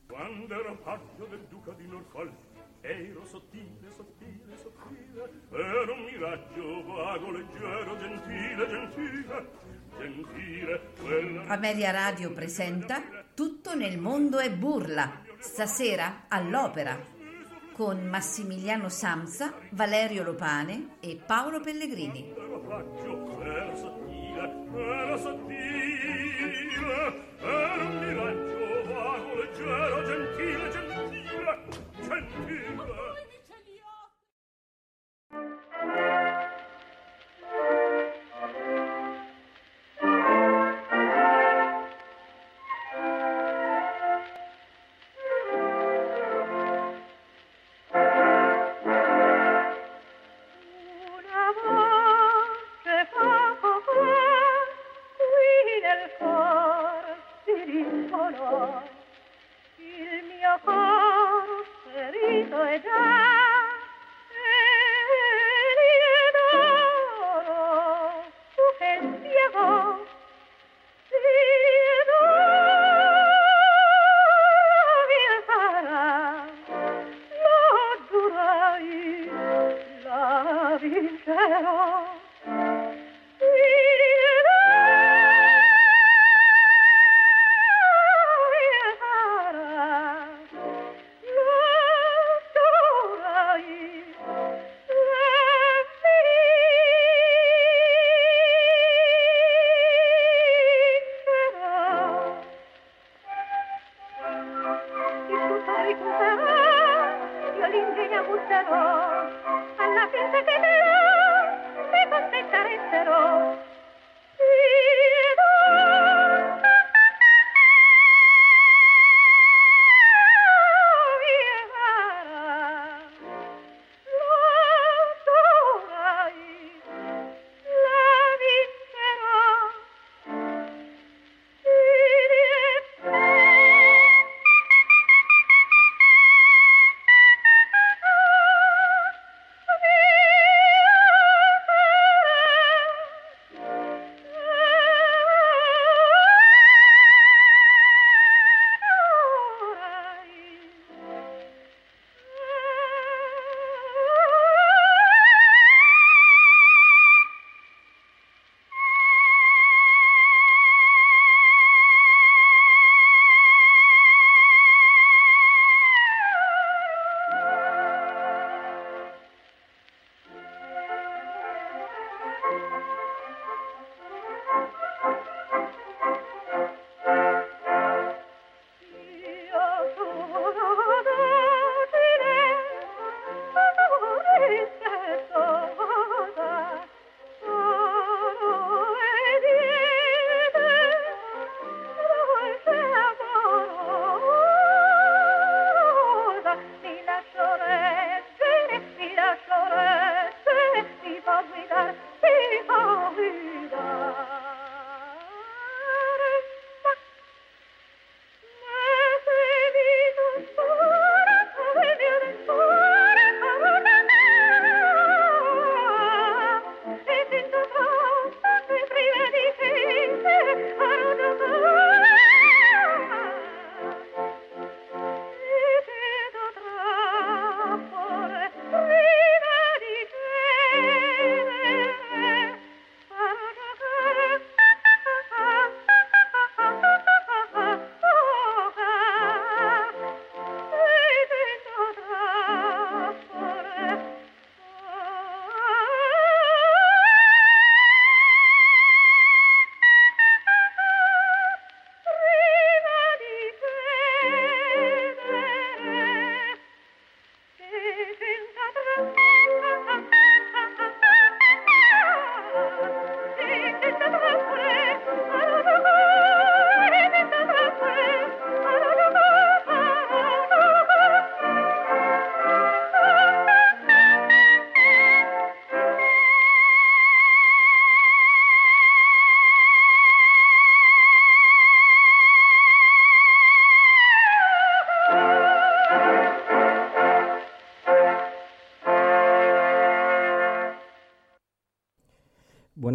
Quando ero paggio del duca di Norfolk, ero sottile, sottile, sottile, ero un miraggio vago, leggero, gentile, gentile, gentile. Quella... Ameria Radio presenta Tutto nel mondo è burla, stasera all'Opera, con Massimiliano Samsa, Valerio Lopane e Paolo Pellegrini. Ero paggio, ero sottile, ero un miraggio vago, leggero, gentile, gentile, gentile.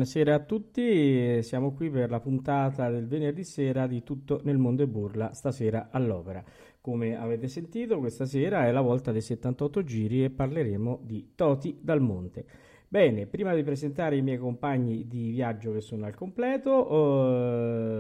buonasera a tutti, siamo qui per la puntata del venerdì sera di Tutto nel mondo e burla, stasera all'opera. Come avete sentito, questa sera è la volta dei 78 giri e parleremo di Toti dal Monte. Bene, prima di presentare i miei compagni di viaggio che sono al completo,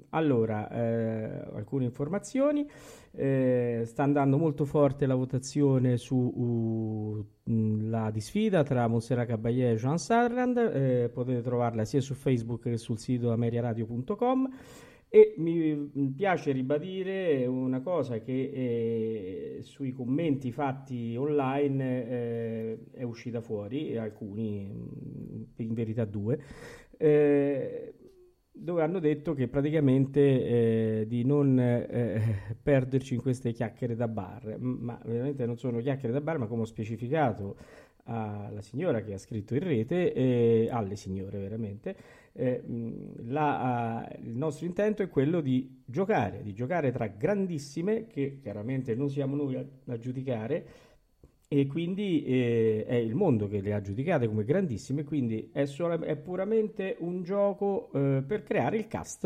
alcune informazioni. Sta andando molto forte la votazione sulla disfida tra Montserrat Caballé e Jean Sarland. Potete trovarla sia su Facebook che sul sito ameriaradio.com. E mi piace ribadire una cosa che sui commenti fatti online è uscita fuori, alcuni, in verità due, dove hanno detto che praticamente di non perderci in queste chiacchiere da bar, ma veramente non sono chiacchiere da bar, ma come ho specificato alla signora che ha scritto in rete, alle signore veramente, il nostro intento è quello di giocare tra grandissime, che chiaramente non siamo noi a giudicare, e quindi è il mondo che le ha giudicate come grandissime, quindi è puramente un gioco per creare il cast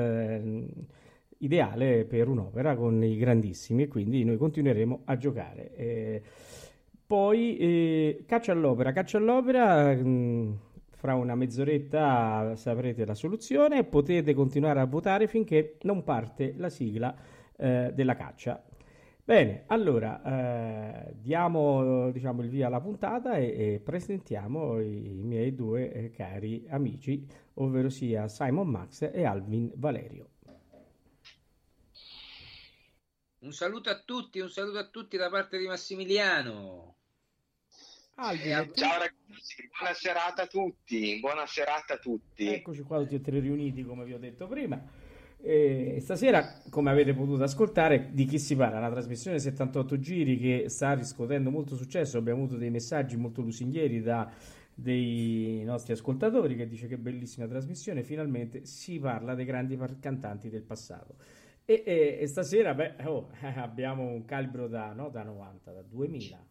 ideale per un'opera con i grandissimi, e quindi noi continueremo a giocare. Poi Caccia all'opera, fra una mezz'oretta saprete la soluzione e potete continuare a votare finché non parte la sigla della caccia. Bene, allora diamo diciamo il via alla puntata e presentiamo i miei due cari amici, ovvero sia Simon Max e Alvin Valerio. Un saluto a tutti da parte di Massimiliano. Alvin, ciao ragazzi, buona serata a tutti. Eccoci qua tutti e tre riuniti come vi ho detto prima. Stasera, come avete potuto ascoltare, di chi si parla? Una trasmissione 78 giri che sta riscuotendo molto successo. Abbiamo avuto dei messaggi molto lusinghieri da dei nostri ascoltatori che dice che bellissima trasmissione, finalmente si parla dei grandi cantanti del passato. E stasera abbiamo un calibro da 90, da 2000.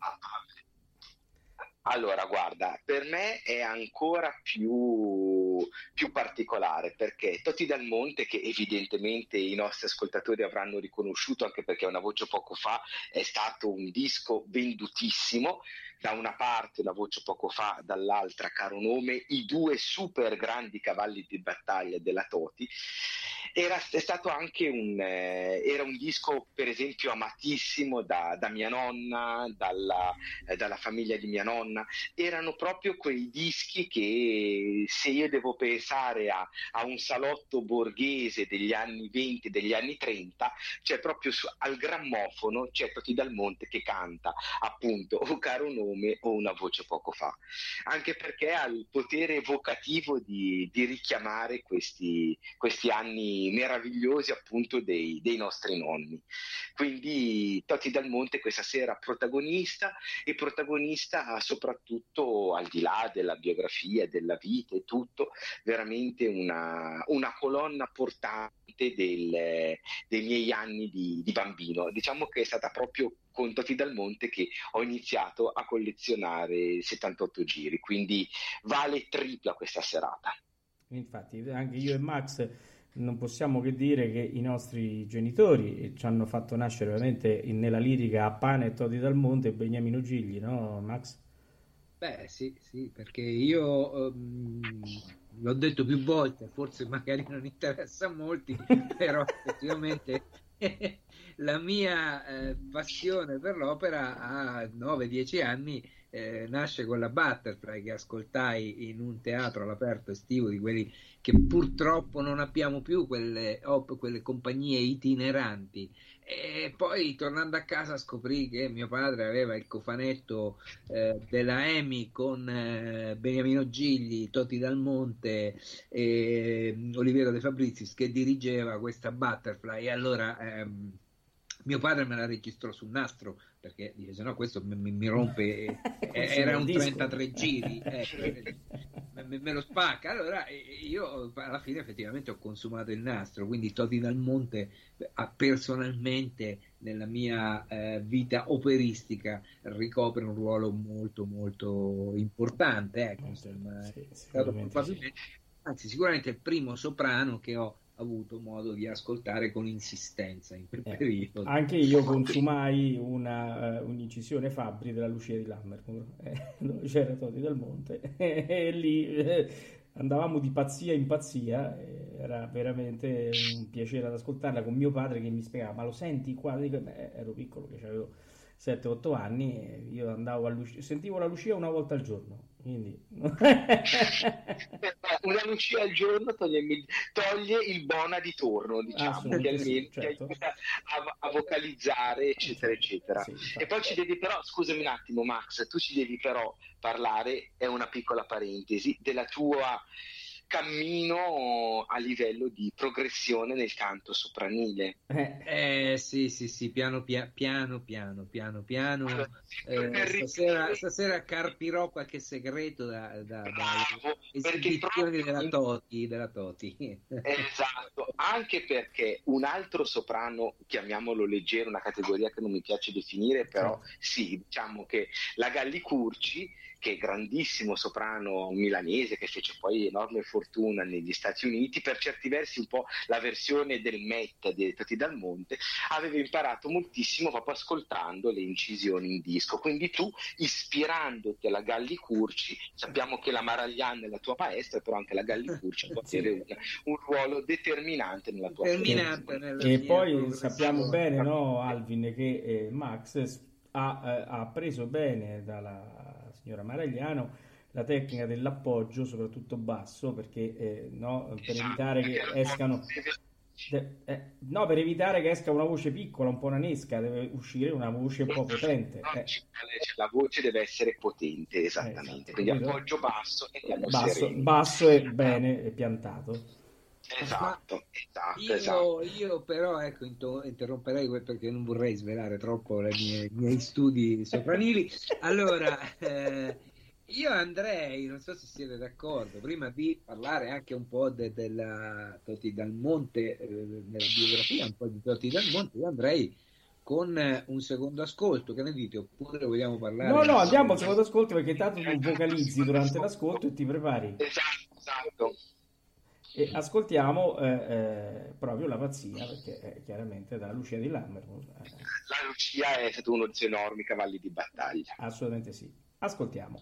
Allora, guarda, per me è ancora più particolare, perché Toti dal Monte, che evidentemente i nostri ascoltatori avranno riconosciuto, anche perché una voce poco fa è stato un disco vendutissimo, da una parte La voce poco fa, dall'altra Caro nome, i due super grandi cavalli di battaglia della Toti. È stato anche era un disco, per esempio, amatissimo da mia nonna, dalla famiglia di mia nonna. Erano proprio quei dischi che, se io devo pensare a un salotto borghese degli anni 20, degli anni 30, c'è proprio al grammofono c'è Toti dal Monte che canta appunto o Caro nome o Una voce poco fa, anche perché ha il potere evocativo di richiamare questi anni meravigliosi appunto dei nostri nonni. Quindi Toti dal Monte questa sera protagonista soprattutto, al di là della biografia, della vita e tutto, veramente una colonna portante dei miei anni di bambino. Diciamo che è stata proprio con Toti dal Monte che ho iniziato a collezionare 78 giri, quindi vale tripla questa serata. Infatti anche io e Max non possiamo che dire che i nostri genitori ci hanno fatto nascere veramente nella lirica a Pane e Toti dal Monte e Beniamino Gigli, no Max? Beh sì, perché io l'ho detto più volte, forse magari non interessa a molti, però effettivamente la mia passione per l'opera a 9-10 anni nasce con la Butterfly, che ascoltai in un teatro all'aperto estivo, di quelli che purtroppo non abbiamo più, quelle compagnie itineranti. E poi tornando a casa scoprì che mio padre aveva il cofanetto della EMI con Beniamino Gigli, Toti dal Monte e Oliviero De Fabrizis, che dirigeva questa Butterfly, e allora mio padre me la registrò sul nastro, perché dice, se no questo mi rompe, era un 33 giri, me lo spacca. Allora io alla fine effettivamente ho consumato il nastro, quindi Toti dal Monte personalmente nella mia vita operistica ricopre un ruolo molto molto importante, insomma, sì, è stato probabilmente anzi sicuramente il primo soprano che ho avuto modo di ascoltare con insistenza in quel periodo. Anche io consumai un'incisione Fabbri della Lucia di Lammermoor, dove c'era Toti Dal Monte, e lì andavamo di pazzia in pazzia, era veramente un piacere ad ascoltarla con mio padre che mi spiegava, ma lo senti qua? Dico, ero piccolo, che avevo 7-8 anni, e io andavo sentivo la Lucia una volta al giorno, quindi... Una Lucia al giorno toglie il bona di torno, diciamo, che almeno sì, ti certo. aiuta a vocalizzare, eccetera, eccetera. Sì, E poi ci devi però, scusami un attimo Max, tu ci devi però parlare, è una piccola parentesi, della tua cammino a livello di progressione nel canto sopranile. Sì, piano piano. Stasera carpirò qualche segreto Bravo, esibizioni della Toti. Esatto, anche perché un altro soprano, chiamiamolo leggero, una categoria che non mi piace definire, però sì, diciamo che la Galli Curci, che è grandissimo soprano milanese, che fece poi enorme fortuna negli Stati Uniti, per certi versi un po' la versione del Met di Toti Dal Monte, aveva imparato moltissimo proprio ascoltando le incisioni in disco. Quindi tu, ispirandoti alla Galli Curci, sappiamo che la Maraglian è la tua maestra, però anche la Galli Curci può avere un ruolo determinante nella tua formazione. E poi sappiamo bene, no, Alvin, che Max ha preso bene dalla signora Maragliano la tecnica dell'appoggio, soprattutto basso, perché per evitare che escano per evitare che esca una voce piccola, un po' nanesca, deve uscire una voce un po' potente. La voce deve essere potente, esattamente. Quindi appoggio basso e piano sereno. Basso e bene piantato. Esatto. Io però interromperei perché non vorrei svelare troppo i miei studi sopranili. Allora, io andrei, non so se siete d'accordo, prima di parlare anche un po' della Toti Dal Monte, nella biografia un po' di Toti Dal Monte, io andrei con un secondo ascolto, che ne dite? Oppure vogliamo parlare? No, andiamo al secondo ascolto, perché tanto tu vocalizzi durante l'ascolto e ti prepari. Esatto. E ascoltiamo proprio La pazzia, perché è chiaramente dalla Lucia di Lammermoor. La Lucia è stato uno dei suoi enormi cavalli di battaglia. Assolutamente sì. Ascoltiamo.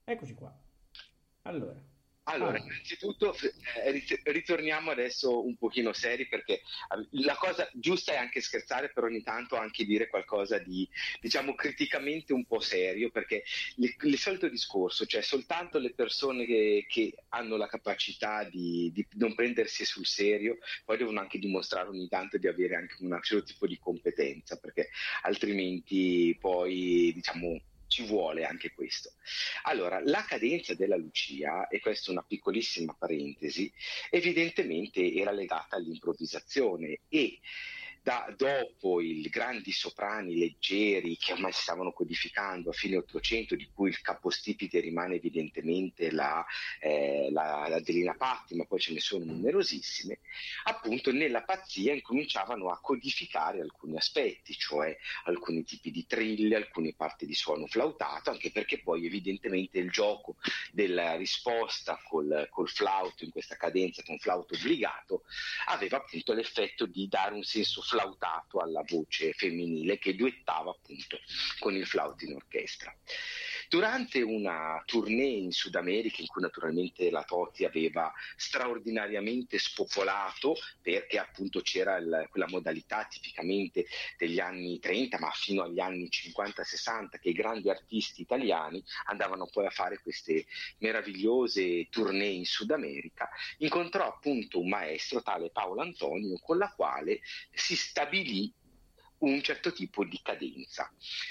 Eccoci qua. Allora, Innanzitutto ritorniamo adesso un pochino seri, perché la cosa giusta è anche scherzare, però ogni tanto anche dire qualcosa di, diciamo, criticamente un po' serio, perché il solito discorso, cioè soltanto le persone che hanno la capacità di non prendersi sul serio, poi devono anche dimostrare ogni tanto di avere anche un certo tipo di competenza, perché altrimenti poi, diciamo, ci vuole anche questo. Allora, la cadenza della Lucia, e questa è una piccolissima parentesi, evidentemente era legata all'improvvisazione, e dopo i grandi soprani leggeri che ormai si stavano codificando a fine Ottocento, di cui il capostipite rimane evidentemente la Adelina Patti, ma poi ce ne sono numerosissime, appunto nella pazzia incominciavano a codificare alcuni aspetti, cioè alcuni tipi di trill, alcune parti di suono flautato, anche perché poi evidentemente il gioco della risposta col flauto in questa cadenza, con flauto obbligato, aveva appunto l'effetto di dare un senso flautato alla voce femminile che duettava appunto con il flauto in orchestra. Durante una tournée in Sud America, in cui naturalmente la Toti aveva straordinariamente spopolato, perché appunto c'era quella modalità tipicamente degli anni 30, ma fino agli anni 50-60, che i grandi artisti italiani andavano poi a fare queste meravigliose tournée in Sud America, incontrò appunto un maestro tale Paolo Antonio, con la quale si stabilì un certo tipo di cadenza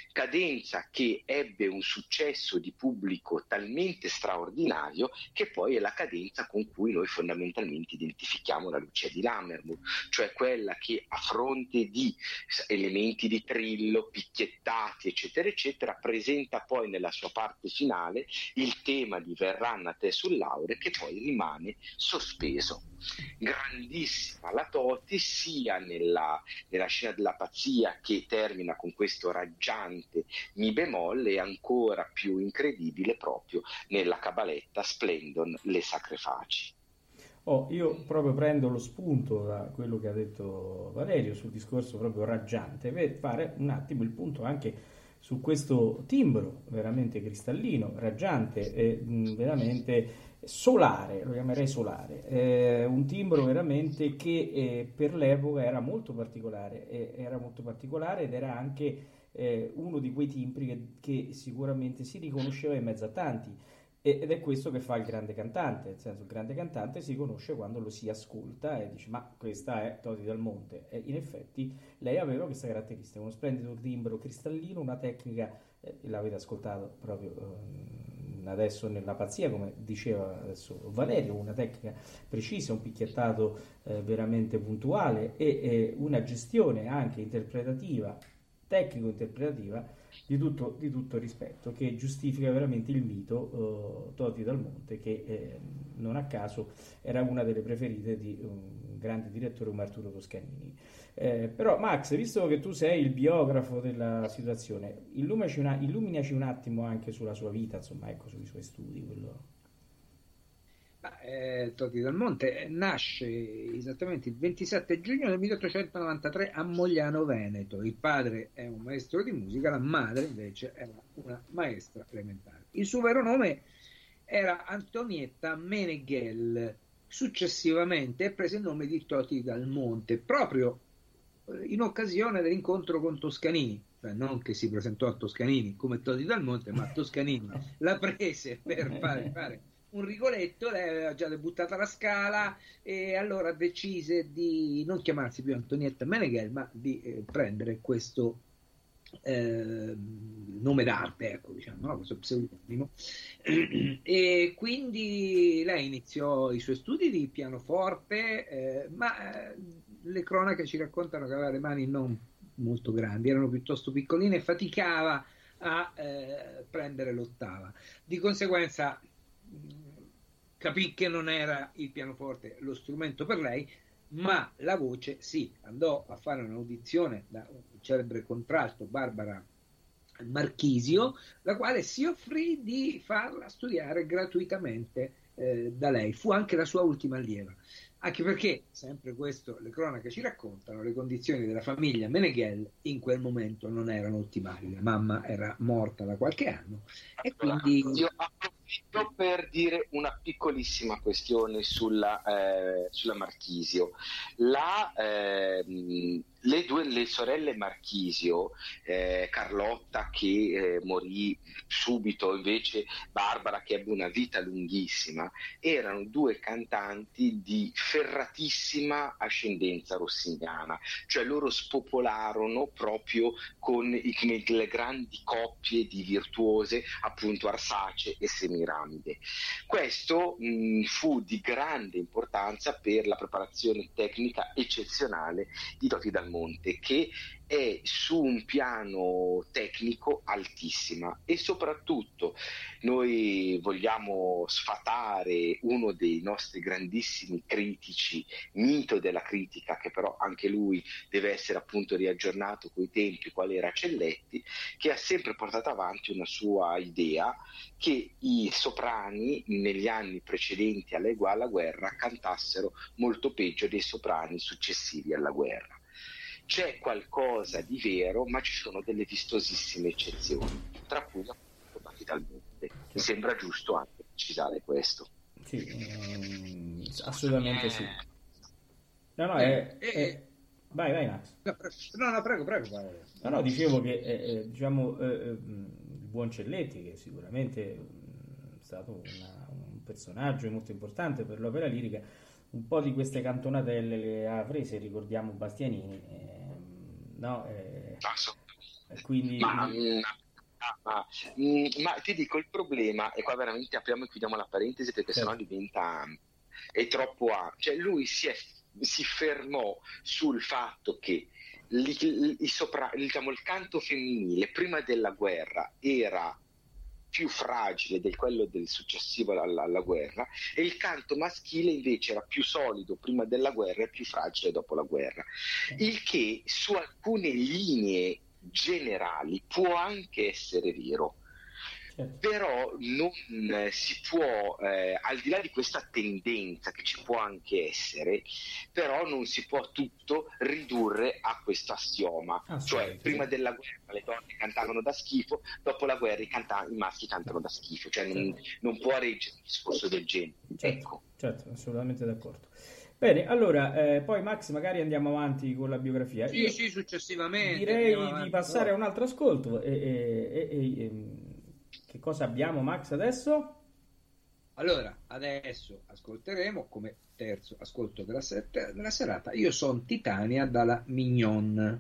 che ebbe un successo di pubblico talmente straordinario che poi è la cadenza con cui noi fondamentalmente identifichiamo la Lucia di Lammermoor, cioè quella che a fronte di elementi di trillo, picchiettati eccetera eccetera, presenta poi nella sua parte finale il tema di Verranno a te sul laure, che poi rimane sospeso. Grandissima la Toti, sia nella scena della pazzia, che termina con questo raggiante mi bemolle, e ancora più incredibile proprio nella cabaletta Splendon le sacre faci. io proprio prendo lo spunto da quello che ha detto Valerio sul discorso proprio raggiante, per fare un attimo il punto anche su questo timbro veramente cristallino, raggiante e veramente solare, lo chiamerei solare, un timbro veramente che per l'epoca era molto particolare, ed era anche uno di quei timbri che sicuramente si riconosceva in mezzo a tanti. Ed è questo che fa il grande cantante, nel senso il grande cantante si conosce quando lo si ascolta e dice ma questa è Toti Dal Monte, e in effetti lei aveva questa caratteristica, uno splendido timbro cristallino, una tecnica, l'avete ascoltato proprio adesso nella pazzia, come diceva adesso Valerio, una tecnica precisa, un picchiettato veramente puntuale e una gestione anche interpretativa, tecnico-interpretativa di tutto rispetto, che giustifica veramente il mito Toti Dal Monte, che non a caso era una delle preferite di un grande direttore come Arturo Toscanini. Però Max, visto che tu sei il biografo della situazione, illuminaci un attimo anche sulla sua vita, insomma, ecco, sui suoi studi, quello. Toti Dal Monte nasce esattamente il 27 giugno del 1893 a Mogliano Veneto. Il padre è un maestro di musica, la madre invece era una maestra elementare. Il suo vero nome era Antonietta Meneghel. Successivamente prese il nome di Toti Dal Monte proprio in occasione dell'incontro con Toscanini, cioè non che si presentò a Toscanini come Toti Dal Monte, ma Toscanini la prese per fare un Rigoletto. Lei aveva già debuttato alla Scala e allora decise di non chiamarsi più Antonietta Meneghel, ma di prendere questo nome d'arte, ecco, diciamo, no? Questo pseudonimo. E quindi lei iniziò i suoi studi di pianoforte, ma le cronache ci raccontano che aveva le mani non molto grandi, erano piuttosto piccoline e faticava a prendere l'ottava. Di conseguenza capì che non era il pianoforte lo strumento per lei, ma la voce sì. Andò a fare un'audizione da un celebre contralto, Barbara Marchisio, la quale si offrì di farla studiare gratuitamente da lei. Fu anche la sua ultima allieva, anche perché, sempre questo le cronache ci raccontano, le condizioni della famiglia Meneghel in quel momento non erano ottimali. La mamma era morta da qualche anno e quindi... Io Approfitto per dire una piccolissima questione sulla Marchisio. Le sorelle Marchisio, Carlotta che morì subito, invece Barbara che ebbe una vita lunghissima, erano due cantanti di ferratissima ascendenza rossiniana, cioè loro spopolarono proprio con le grandi coppie di virtuose, appunto Arsace e Semiramide. Questo fu di grande importanza per la preparazione tecnica eccezionale di Toti Dal Monte, che è su un piano tecnico altissima, e soprattutto noi vogliamo sfatare uno dei nostri grandissimi critici, mito della critica, che però anche lui deve essere appunto riaggiornato coi tempi, quale era Celletti, che ha sempre portato avanti una sua idea che i soprani negli anni precedenti alla guerra cantassero molto peggio dei soprani successivi alla guerra. C'è qualcosa di vero, ma ci sono delle vistosissime eccezioni, tra cui appunto Toti Dal Monte. Mi sembra giusto anche precisare questo. Sì, assolutamente sì. Vai Max. No, prego. No, dicevo che il buon Celletti, che sicuramente è stato un personaggio molto importante per l'opera lirica, un po' di queste cantonatelle le ha prese, ricordiamo Bastianini, quindi... Ma ti dico, il problema, e qua veramente apriamo e chiudiamo la parentesi perché sennò diventa è troppo cioè lui si fermò sul fatto che il canto femminile prima della guerra era più fragile del quello del successivo alla guerra, e il canto maschile invece era più solido prima della guerra e più fragile dopo la guerra, il che su alcune linee generali può anche essere vero. Però non si può, al di là di questa tendenza che ci può anche essere, però non si può tutto ridurre a questo assioma, cioè prima della guerra le donne cantavano da schifo, dopo la guerra i maschi cantano da schifo, cioè non può reggere un discorso del genere. Certo, assolutamente d'accordo. Bene, allora, poi Max magari andiamo avanti con la biografia. Sì, successivamente. Direi di passare a un altro ascolto. Che cosa abbiamo, Max, adesso? Allora, adesso ascolteremo come terzo ascolto della serata Io son Titania dalla Mignon.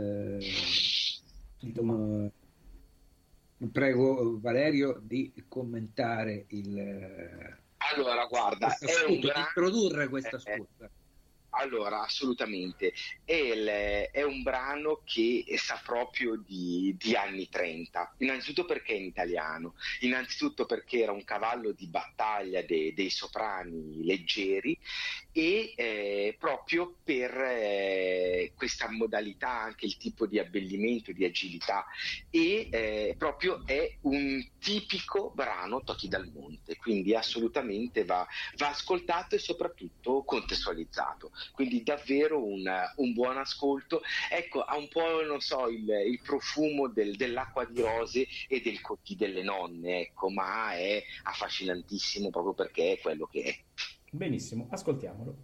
Prego Valerio di commentare Allora, guarda, di introdurre questa ascolto. Allora, assolutamente, è un brano che sa proprio di anni 30, innanzitutto perché è in italiano, innanzitutto perché era un cavallo di battaglia dei soprani leggeri, e proprio per questa modalità, anche il tipo di abbellimento, di agilità, e proprio è un tipico brano Toti Dal Monte, quindi assolutamente va ascoltato e soprattutto contestualizzato. Quindi davvero un buon ascolto. Ecco, ha un po', non so, il profumo dell'acqua di rose e del cotì delle nonne, ecco, ma è affascinantissimo proprio perché è quello che è. Benissimo, ascoltiamolo.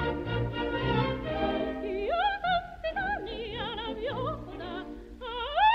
Ah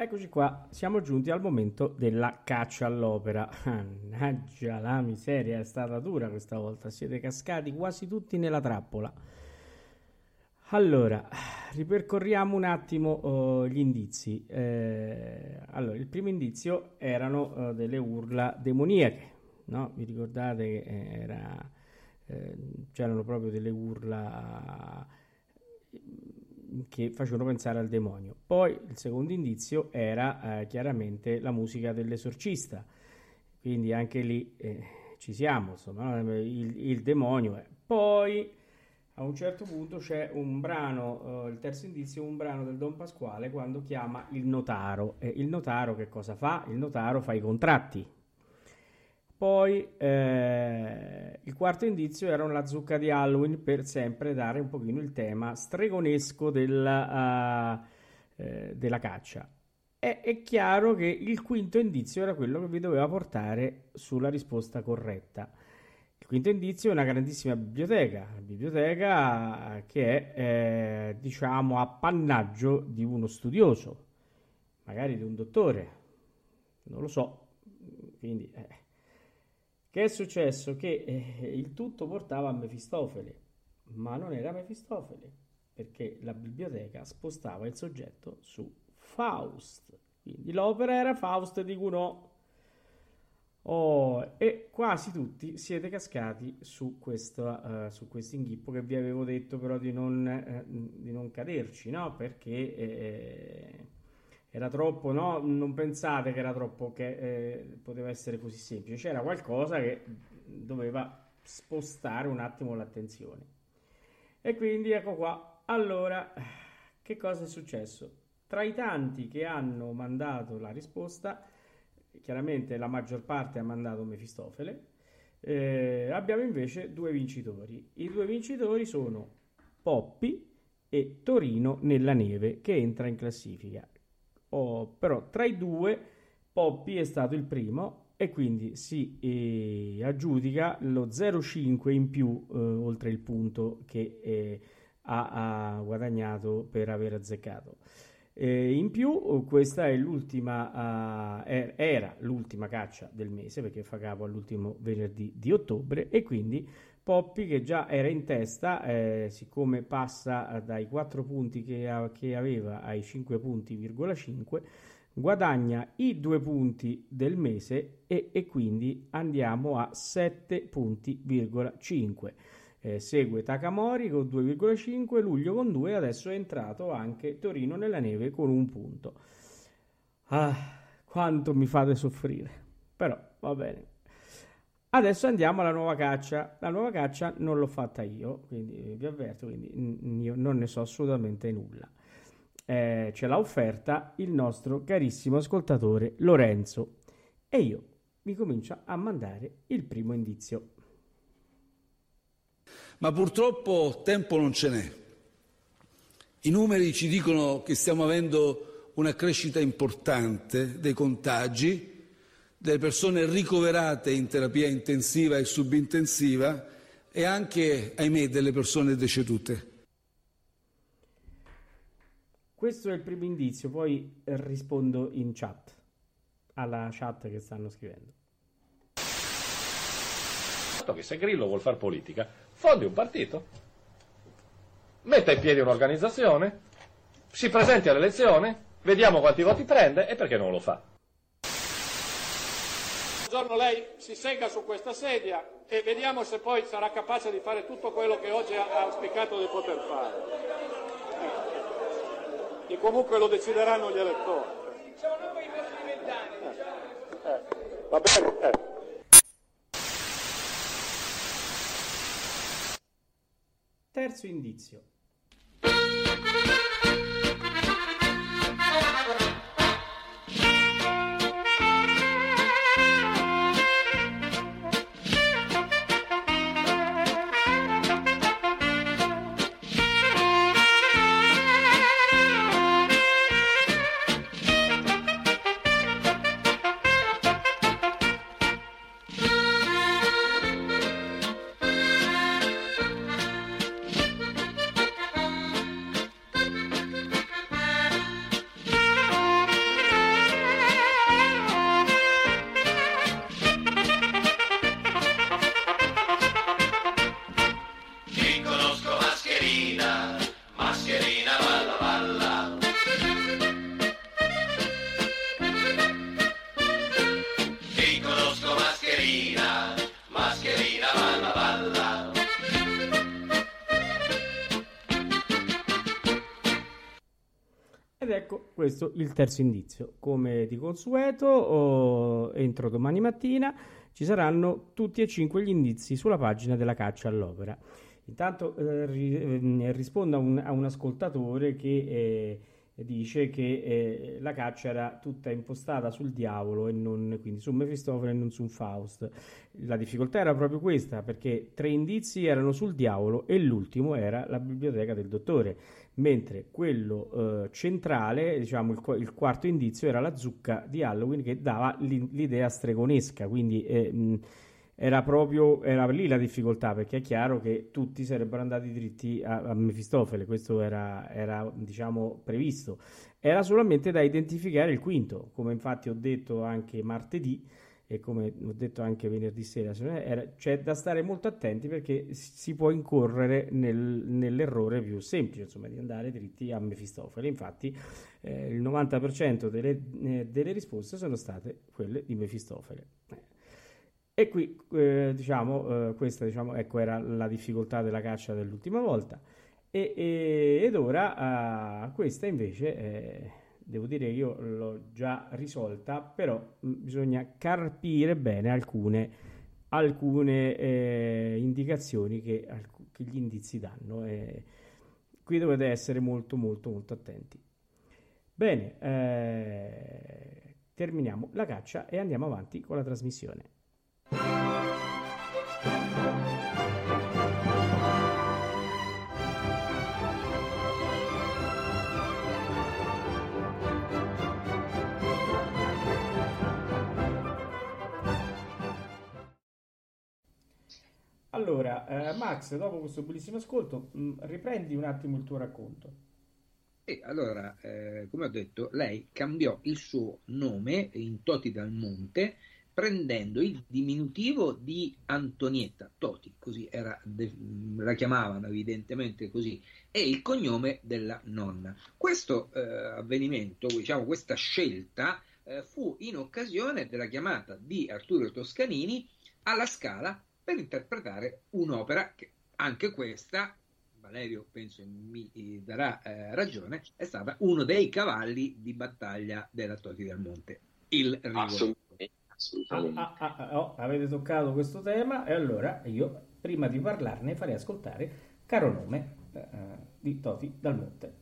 Eccoci qua, siamo giunti al momento della caccia all'opera. Mannaggia la miseria, è stata dura questa volta, siete cascati quasi tutti nella trappola. Allora, ripercorriamo un attimo gli indizi. Allora, il primo indizio erano delle urla demoniache, no? Vi ricordate che c'erano proprio delle urla che facevano pensare al demonio. Poi il secondo indizio era chiaramente la musica dell'esorcista, quindi anche lì ci siamo, insomma, no? Il demonio. Poi a un certo punto c'è un brano, il terzo indizio è un brano del Don Pasquale quando chiama il notaro. E il notaro che cosa fa? Il notaro fa i contratti. Poi il quarto indizio era la zucca di Halloween, per sempre dare un pochino il tema stregonesco della caccia. È chiaro che il quinto indizio era quello che vi doveva portare sulla risposta corretta. Il quinto indizio è una grandissima biblioteca che è diciamo appannaggio di uno studioso, magari di un dottore, non lo so. Quindi che è successo? Che il tutto portava a Mefistofele, ma non era Mefistofele, perché la biblioteca spostava il soggetto su Faust. Quindi l'opera era Faust di Gounod. E quasi tutti siete cascati su questo inghippo che vi avevo detto, però di non caderci, no? Perché era troppo, no? Non pensate che era troppo, che poteva essere così semplice. C'era qualcosa che doveva spostare un attimo l'attenzione. E quindi ecco qua. Allora, che cosa è successo? Tra i tanti che hanno mandato la risposta, chiaramente la maggior parte ha mandato Mefistofele, abbiamo invece due vincitori. I due vincitori sono Poppi e Torino nella neve, che entra in classifica. Però tra i due Poppi è stato il primo e quindi si aggiudica lo 0,5 in più oltre il punto che ha guadagnato per aver azzeccato. In più questa è era l'ultima caccia del mese, perché fa capo all'ultimo venerdì di ottobre, e quindi Poppi, che già era in testa, siccome passa dai 4 punti che aveva ai 5 punti,5, guadagna i 2 punti del mese e quindi andiamo a 7 punti,5. Segue Takamori con 2,5, Luglio con 2, adesso è entrato anche Torino nella neve con 1 punto. Quanto mi fate soffrire, però va bene. Adesso andiamo alla nuova caccia. La nuova caccia non l'ho fatta io, quindi vi avverto, quindi io non ne so assolutamente nulla. Ce l'ha offerta il nostro carissimo ascoltatore Lorenzo e io mi comincio a mandare il primo indizio. Ma purtroppo tempo non ce n'è. I numeri ci dicono che stiamo avendo una crescita importante dei contagi, delle persone ricoverate in terapia intensiva e subintensiva e anche, ahimè, delle persone decedute. Questo è il primo indizio, poi rispondo in chat, alla chat che stanno scrivendo. Che se Grillo vuol fare politica, fondi un partito, metta in piedi un'organizzazione, si presenti all'elezione, vediamo quanti voti prende e perché non lo fa. Un giorno lei si segga su questa sedia e vediamo se poi sarà capace di fare tutto quello che oggi ha auspicato di poter fare. E comunque lo decideranno gli elettori. Va bene? Terzo indizio. questo il terzo indizio. Come di consueto, entro domani mattina ci saranno tutti e 5 gli indizi sulla pagina della Caccia all'Opera. Intanto rispondo a un ascoltatore che dice che la caccia era tutta impostata sul diavolo e non quindi su Mefistofele e non su Faust. La difficoltà era proprio questa, perché 3 indizi erano sul diavolo e l'ultimo era la biblioteca del dottore, mentre quello centrale, diciamo il quarto indizio, era la zucca di Halloween, che dava l'idea stregonesca, quindi era lì la difficoltà, perché è chiaro che tutti sarebbero andati dritti a Mefistofele, questo era diciamo previsto. Era solamente da identificare il quinto, come infatti ho detto anche martedì e come ho detto anche venerdì sera. C'è da stare molto attenti, perché si può incorrere nell'errore più semplice, insomma, di andare dritti a Mefistofele. Infatti il 90% delle risposte sono state quelle di Mefistofele. E qui questa ecco, era la difficoltà della caccia dell'ultima volta. Ed ora questa invece devo dire che io l'ho già risolta, però bisogna carpire bene alcune indicazioni che gli indizi danno. Qui dovete essere molto molto molto attenti. Bene, terminiamo la caccia e andiamo avanti con la trasmissione. Allora, Max, dopo questo bellissimo ascolto, riprendi un attimo il tuo racconto. E allora, come ho detto, lei cambiò il suo nome in Toti dal Monte, prendendo il diminutivo di Antonietta, Toti, così la chiamavano evidentemente così, e il cognome della nonna. Questo avvenimento, diciamo questa scelta, fu in occasione della chiamata di Arturo Toscanini alla Scala per interpretare un'opera che anche questa, Valerio penso mi darà ragione, è stata uno dei cavalli di battaglia della Toti del Monte, il Rigoletto. Assolutamente. Avete toccato questo tema, e allora io, prima di parlarne, farei ascoltare Caro nome di Toti dal Monte.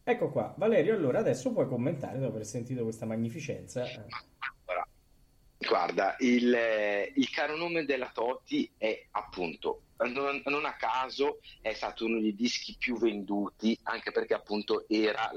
Ecco qua, Valerio, allora adesso puoi commentare dopo aver sentito questa magnificenza. Allora, guarda, il caro nome della Toti è appunto, non a caso è stato uno dei dischi più venduti, anche perché appunto era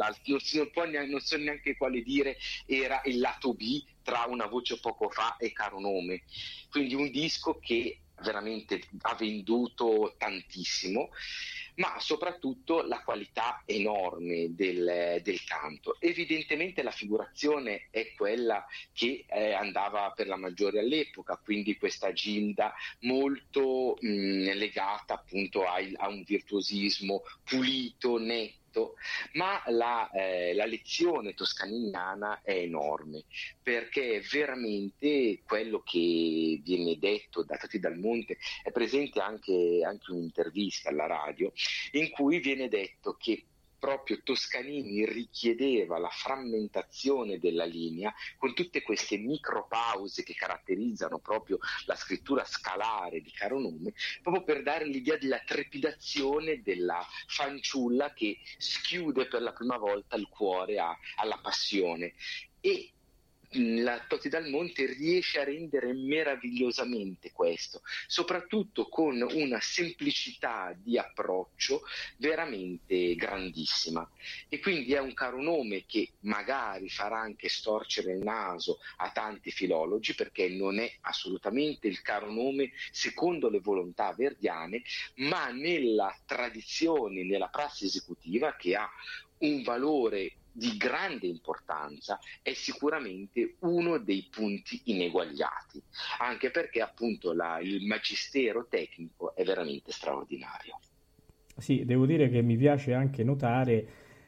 non so neanche quale dire, era il lato B tra Una voce poco fa e Caro nome. Quindi un disco che veramente ha venduto tantissimo, ma soprattutto la qualità enorme del canto. Evidentemente la figurazione è quella che andava per la maggiore all'epoca, quindi questa Gilda molto legata appunto a un virtuosismo pulito, netto, ma la lezione toscaniniana è enorme, perché veramente quello che viene detto da Toti Dal Monte è presente anche un'intervista alla radio in cui viene detto che proprio Toscanini richiedeva la frammentazione della linea con tutte queste micropause che caratterizzano proprio la scrittura scalare di Caro nome, proprio per dare l'idea della trepidazione della fanciulla che schiude per la prima volta il cuore alla passione. E la Toti Dal Monte riesce a rendere meravigliosamente questo, soprattutto con una semplicità di approccio veramente grandissima. E quindi è un caro nome che magari farà anche storcere il naso a tanti filologi, perché non è assolutamente il caro nome secondo le volontà verdiane, ma nella tradizione, nella prassi esecutiva, che ha un valore di grande importanza, è sicuramente uno dei punti ineguagliati, anche perché appunto il magistero tecnico è veramente straordinario. Sì, devo dire che mi piace anche notare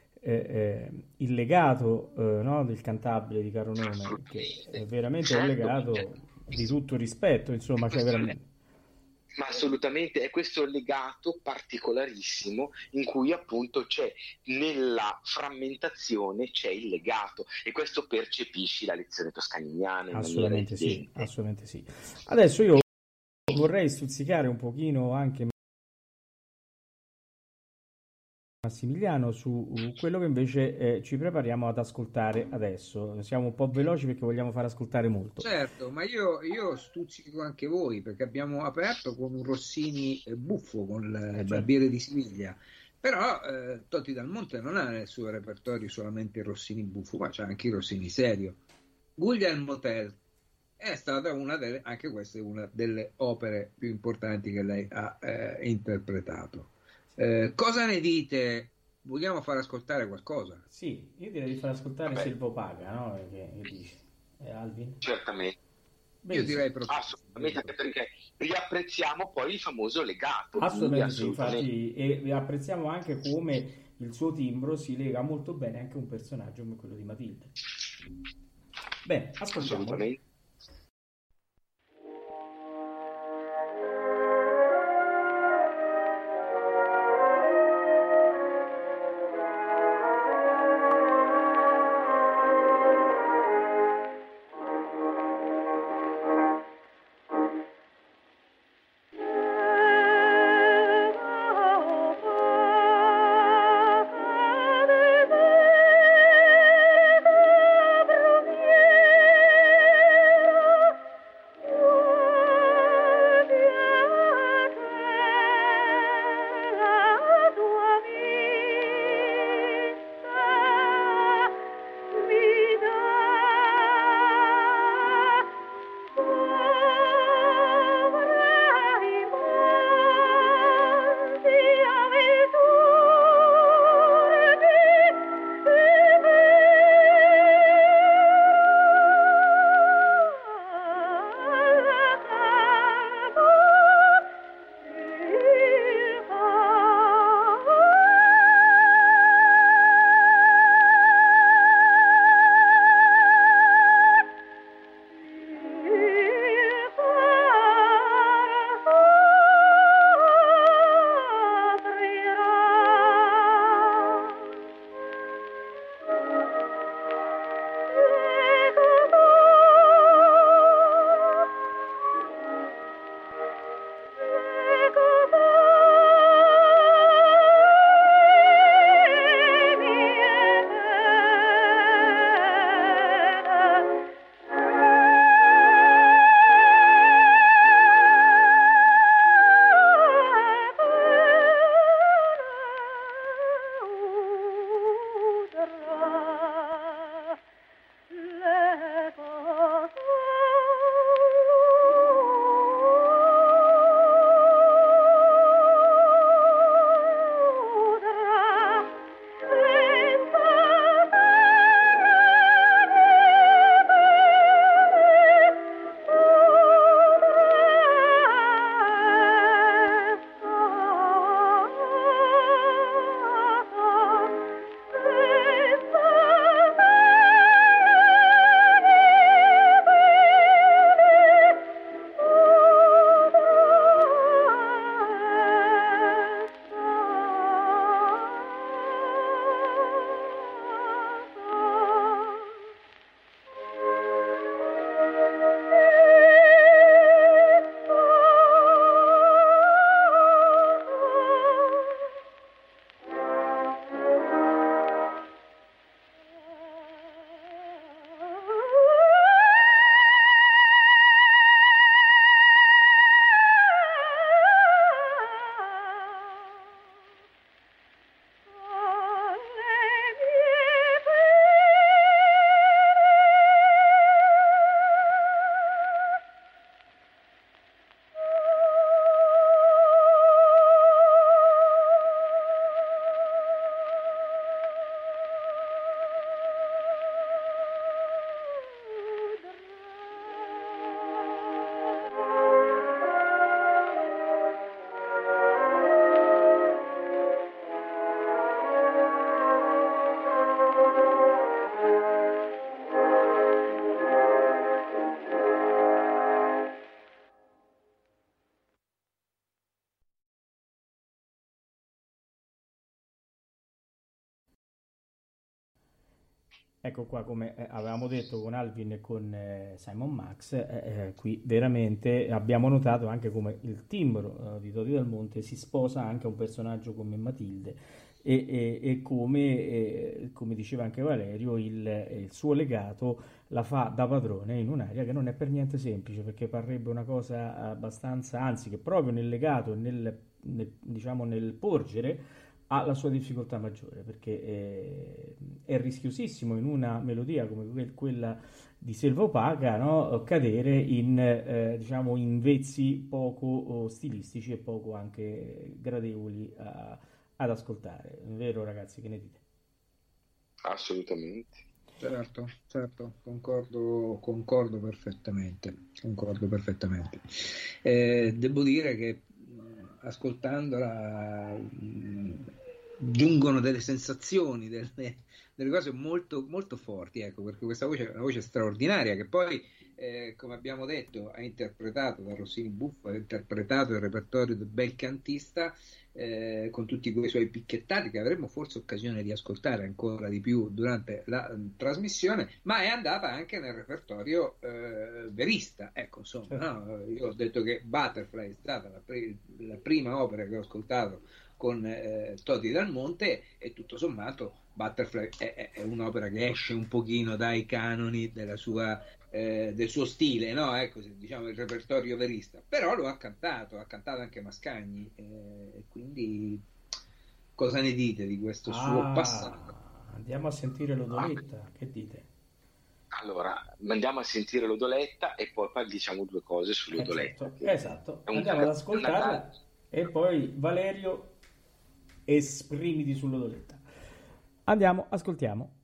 il legato no, del cantabile di Caro nome, che è veramente un legato di tutto rispetto, insomma, cioè veramente... Ma assolutamente è questo legato particolarissimo in cui appunto c'è nella frammentazione c'è il legato, e questo percepisci la lezione toscaniniana in maniera evidente. Assolutamente sì. Adesso io vorrei stuzzicare un pochino anche Massimiliano su quello che invece ci prepariamo ad ascoltare adesso. Siamo un po' veloci perché vogliamo far ascoltare molto. Certo, ma io stuzzico anche voi, perché abbiamo aperto con un Rossini buffo, con il Barbiere di Siviglia. Però Toti Dal Monte non ha nel suo repertorio solamente il Rossini buffo, ma c'è anche il Rossini serio. Guglielmo Motel è stata anche questa è una delle opere più importanti che lei ha interpretato. Cosa ne dite? Vogliamo far ascoltare qualcosa? Sì, io direi di far ascoltare Silvo Paga, no? Che dici? Alvin? Certamente. Io direi proprio assolutamente, anche perché riapprezziamo poi il famoso legato. Assolutamente sì, infatti, e apprezziamo anche come il suo timbro si lega molto bene anche a un personaggio come quello di Matilde. Bene, ascoltiamo. Assolutamente. Ecco qua, come avevamo detto con Alvin e con Simon Max, qui veramente abbiamo notato anche come il timbro di Toti Dal Monte si sposa anche a un personaggio come Matilde e come diceva anche Valerio, il suo legato la fa da padrone in un'area che non è per niente semplice, perché parrebbe una cosa abbastanza, anzi che proprio nel legato e diciamo nel porgere ha la sua difficoltà maggiore, perché è rischiosissimo in una melodia come quella di Selva Opaca, no? Cadere diciamo in vezzi poco stilistici e poco anche gradevoli ad ascoltare. È vero, ragazzi, che ne dite? Assolutamente. Certo, concordo perfettamente. Devo dire che ascoltandola giungono delle sensazioni, delle cose molto, molto forti, ecco, perché questa voce è una voce straordinaria che poi, come abbiamo detto, ha interpretato da Rossini Buffo, ha interpretato il repertorio del bel cantista, con tutti quei suoi picchettati che avremo forse occasione di ascoltare ancora di più durante la trasmissione, ma è andata anche nel repertorio verista, ecco, insomma, no? Io ho detto che Butterfly è stata la prima opera che ho ascoltato con Toti Dal Monte, e tutto sommato Butterfly è un'opera che esce un pochino dai canoni del suo stile, no? Ecco, diciamo il repertorio verista, però lo ha cantato anche Mascagni, e quindi cosa ne dite di questo suo passato? Andiamo a sentire l'Odoletta, che dite? Allora, andiamo a sentire l'Odoletta e poi diciamo due cose sull'Odoletta. Esatto. Andiamo ad ascoltarla e poi Valerio esprimiti sull'Odoletta. Andiamo, ascoltiamo.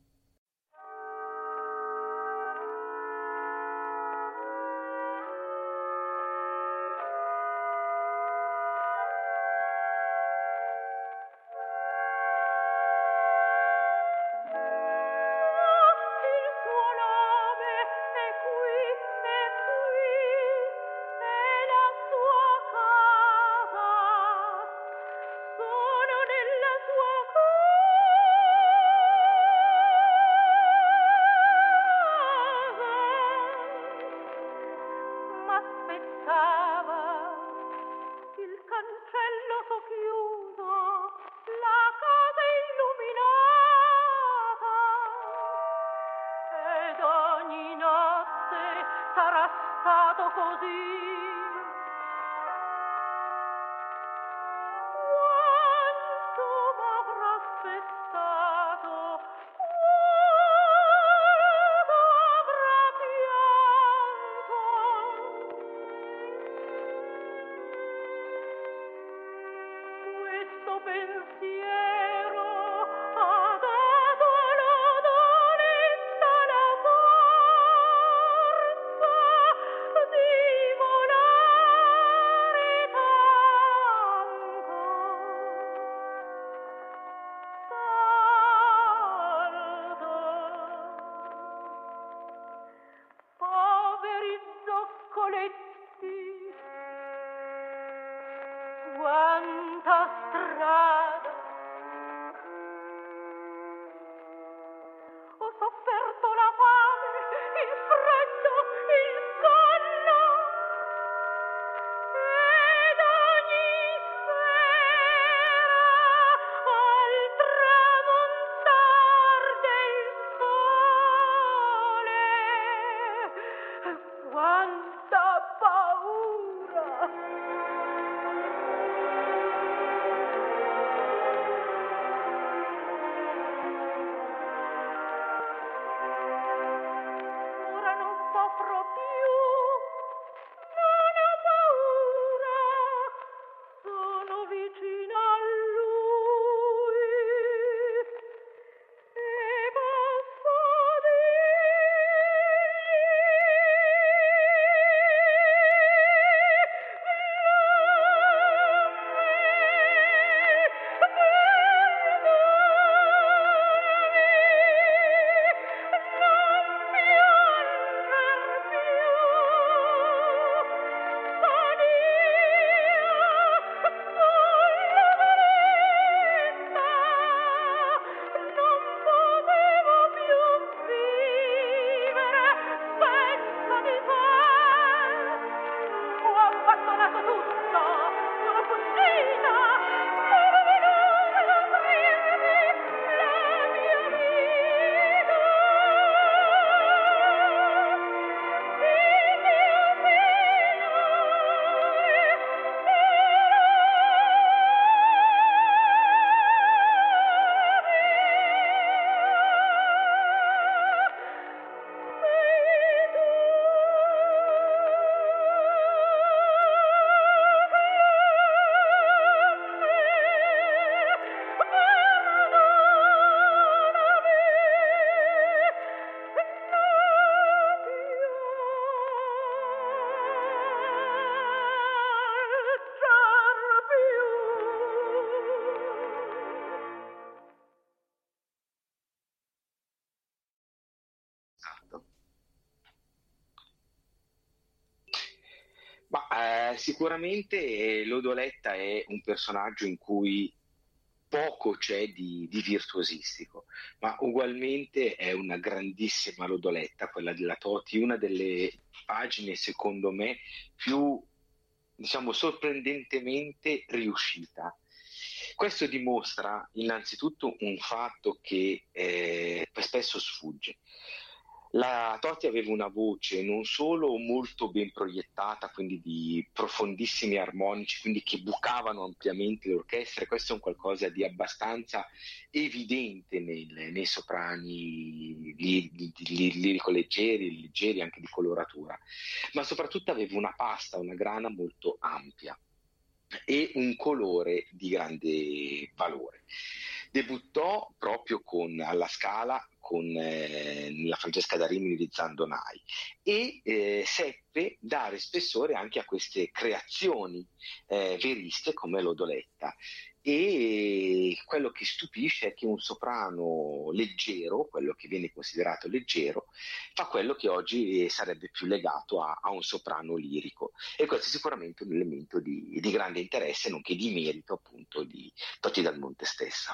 Sicuramente Lodoletta è un personaggio in cui poco c'è di virtuosistico, ma ugualmente è una grandissima Lodoletta, quella della Toti, una delle pagine secondo me più, diciamo, sorprendentemente riuscita. Questo dimostra innanzitutto un fatto che spesso sfugge. La Toti aveva una voce non solo molto ben proiettata, quindi di profondissimi armonici, quindi che bucavano ampiamente le orchestre. Questo è un qualcosa di abbastanza evidente nei soprani lirico-leggeri, anche di coloratura, ma soprattutto aveva una pasta, una grana molto ampia e un colore di grande valore. Debuttò proprio alla Scala con la Francesca da Rimini di Zandonai e seppe dare spessore anche a queste creazioni veriste come Lodoletta. E quello che stupisce è che un soprano leggero, quello che viene considerato leggero, fa quello che oggi sarebbe più legato a un soprano lirico, e questo è sicuramente un elemento di grande interesse, nonché di merito appunto di Toti Dal Monte stessa.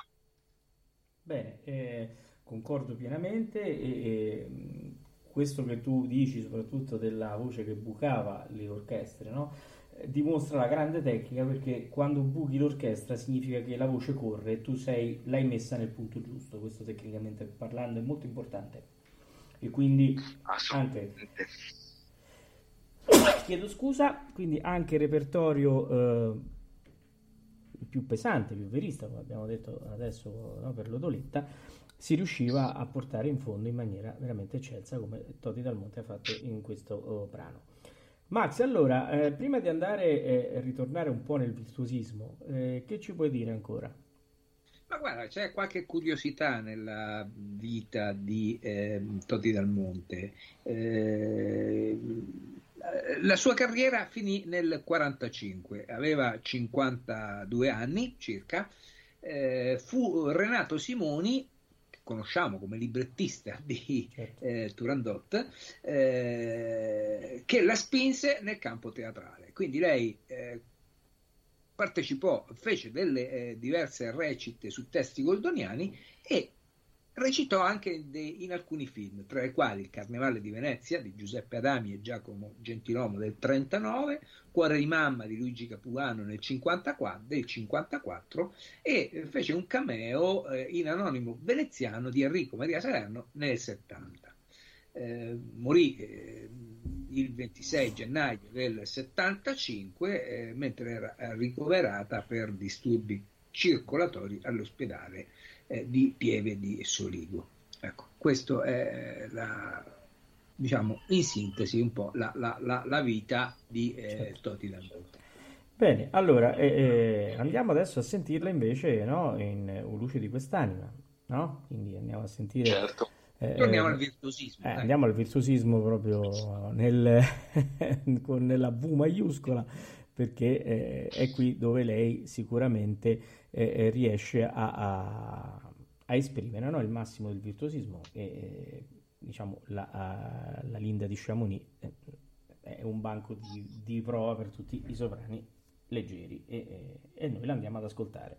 Bene, concordo pienamente e questo che tu dici soprattutto della voce che bucava le orchestre, no? Dimostra la grande tecnica, perché quando buchi l'orchestra significa che la voce corre e tu l'hai messa nel punto giusto. Questo tecnicamente parlando è molto importante, e quindi anche chiedo scusa, quindi anche il repertorio più pesante, più verista, come abbiamo detto adesso, no, per Lodoletta, si riusciva a portare in fondo in maniera veramente eccelsa, come Toti Dal Monte ha fatto in questo brano. Max, allora, prima di andare e ritornare un po' nel virtuosismo, che ci puoi dire ancora? Ma guarda, c'è qualche curiosità nella vita di Toti Dal Monte. La sua carriera finì nel 1945, aveva 52 anni circa. Fu Renato Simoni, che conosciamo come librettista di Turandot, che la spinse nel campo teatrale. Quindi lei partecipò, fece delle diverse recite su testi goldoniani e recitò anche in alcuni film, tra i quali Il Carnevale di Venezia di Giuseppe Adami e Giacomo Gentilomo del 1939, Cuore di mamma di Luigi Capuano del 1954 e fece un cameo in Anonimo veneziano di Enrico Maria Salerno nel 1970. Morì il 26 gennaio del 1975 mentre era ricoverata per disturbi circolatori all'ospedale di Pieve di Soligo. Ecco, questo è diciamo in sintesi un po' la vita di Toti Dal Monte. Bene, allora andiamo adesso a sentirla invece, no, in Un luce di quest'anima, no? Quindi andiamo a sentire. Certo. Torniamo al virtuosismo. Andiamo al virtuosismo proprio con la V maiuscola, perché è qui dove lei sicuramente riesce a esprimere, no, il massimo del virtuosismo. Diciamo la Linda di Chamonix è un banco di prova per tutti i soprani leggeri, e noi la andiamo ad ascoltare.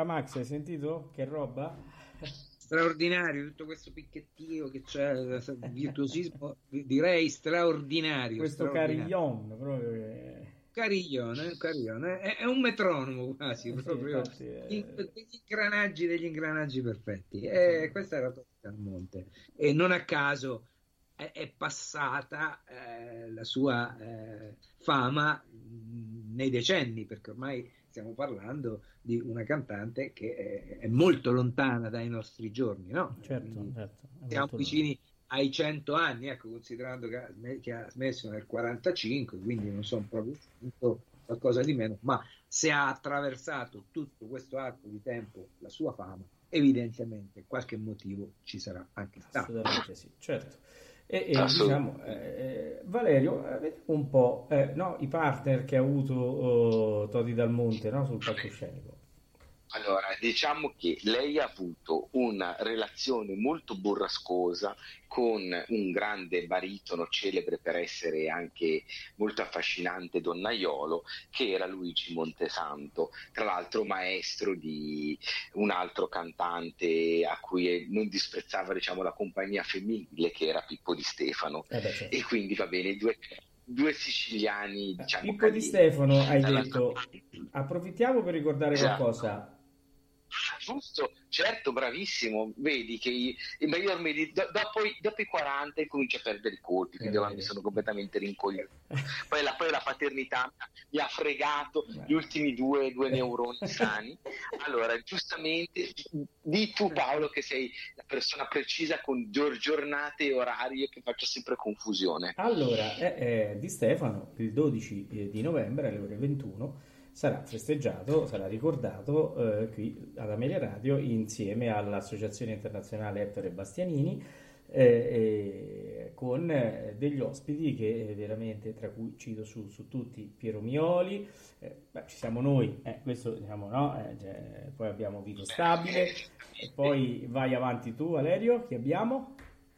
Opera Max, hai sentito? Che roba? Straordinario, tutto questo picchettio che c'è, virtuosismo, direi straordinario. Questo carillon proprio Carillon, è un metronomo quasi, sì, proprio infatti, degli ingranaggi perfetti. Sì. Questa era Totti dal Monte, e non a caso è passata la sua fama nei decenni, perché ormai stiamo parlando di una cantante che è molto lontana dai nostri giorni, no? Certo. Siamo vicini ai 100 anni, ecco, considerando che ha smesso nel 45, quindi non sono proprio qualcosa di meno, ma se ha attraversato tutto questo arco di tempo la sua fama, evidentemente qualche motivo ci sarà anche stato. Assolutamente sì, certo. E diciamo, Valerio, vediamo un po' no, i partner che ha avuto Toti Dal Monte, no, sul palcoscenico. Allora, diciamo che lei ha avuto una relazione molto burrascosa con un grande baritono celebre per essere anche molto affascinante donnaiolo, che era Luigi Montesanto, tra l'altro maestro di un altro cantante a cui non disprezzava, diciamo, la compagnia femminile, che era Pippo Di Stefano. Certo. E quindi va bene, due siciliani, diciamo. Pippo Di Stefano, hai detto, approfittiamo per ricordare qualcosa. Giusto, certo, bravissimo. Vedi che ma io dopo i 40 comincio a perdere i colpi, quindi mi sono completamente rincoglionito. Poi la paternità mi ha fregato gli ultimi due neuroni sani. Allora, giustamente, di tu, Paolo, che sei la persona precisa con giornate e orari, che faccio sempre confusione. Allora, Di Stefano, il 12 di novembre alle ore 21 sarà festeggiato, sarà ricordato qui ad Amelia Radio insieme all'Associazione Internazionale Ettore Bastianini, con degli ospiti che veramente, tra cui cito su tutti Piero Mioli, ci siamo noi, questo diciamo no, poi abbiamo Vito Stabile, e poi vai avanti tu, Valerio, chi abbiamo?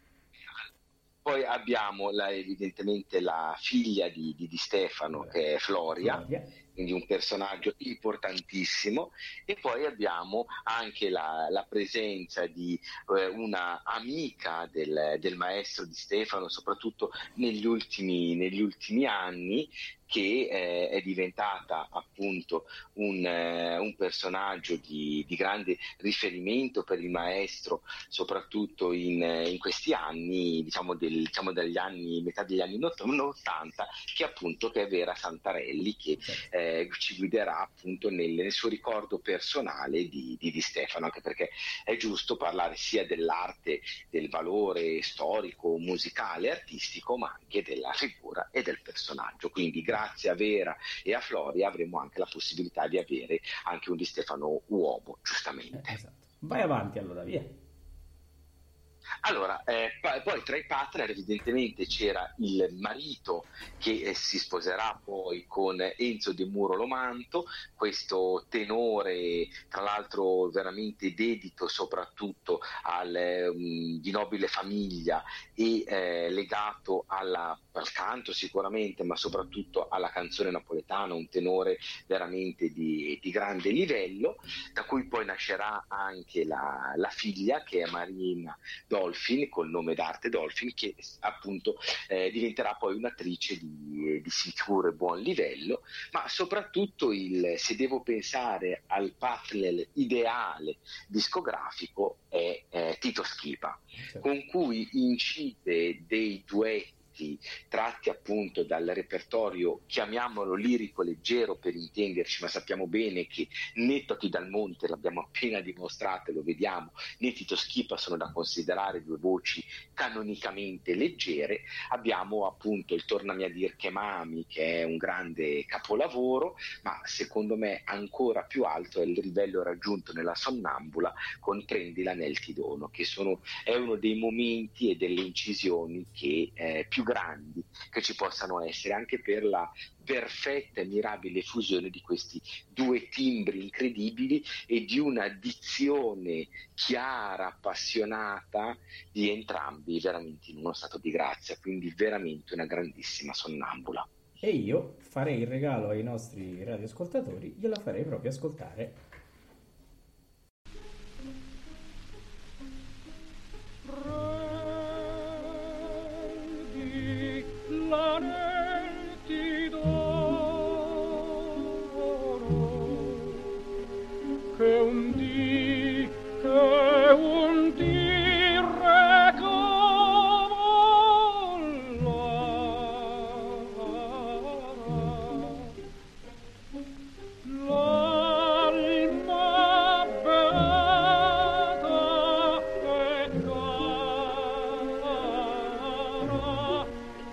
Poi abbiamo evidentemente la figlia di Stefano, che è Floria, quindi un personaggio importantissimo, e poi abbiamo anche la presenza di una amica del maestro Di Stefano, soprattutto negli ultimi anni, che è diventata appunto un personaggio di grande riferimento per il maestro, soprattutto in questi anni, diciamo dagli anni, metà degli anni 80, che è Vera Santarelli, che ci guiderà appunto nel suo ricordo personale di Stefano, anche perché è giusto parlare sia dell'arte, del valore storico, musicale, artistico, ma anche della figura e del personaggio. Quindi grazie a Vera e a Floria avremo anche la possibilità di avere anche un Di Stefano uomo, giustamente. Esatto. Vai avanti allora, via. Allora, poi tra i partner evidentemente c'era il marito che si sposerà poi con Enzo De Muro Lomanto, questo tenore tra l'altro veramente dedito soprattutto di nobile famiglia e legato al canto sicuramente, ma soprattutto alla canzone napoletana, un tenore veramente di grande livello, da cui poi nascerà anche la figlia, che è Marina Dolphin, col nome d'arte Dolphin, che appunto diventerà poi un'attrice di sicuro e buon livello, ma soprattutto se devo pensare al partner ideale discografico è Tito Schipa, con cui incide dei duetti tratti appunto dal repertorio, chiamiamolo lirico leggero per intenderci, ma sappiamo bene che né Toti Dal Monte, l'abbiamo appena dimostrato e lo vediamo, né Tito Schipa sono da considerare due voci canonicamente leggere. Abbiamo appunto il Tornami a dir che m'ami, che è un grande capolavoro, ma secondo me ancora più alto è il livello raggiunto nella Sonnambula con Prendila nel ti dono, che è uno dei momenti e delle incisioni che più grandi che ci possano essere, anche per la perfetta e mirabile fusione di questi due timbri incredibili e di una dizione chiara, appassionata di entrambi, veramente in uno stato di grazia, quindi veramente una grandissima Sonnambula. E io farei il regalo ai nostri radioascoltatori, gliela farei proprio ascoltare.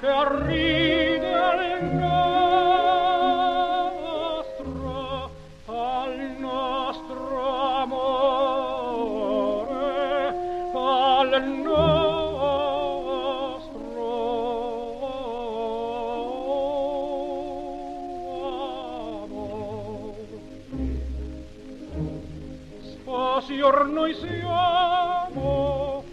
che arride al nostro amore, al nostro amore. Sposi or noi siamo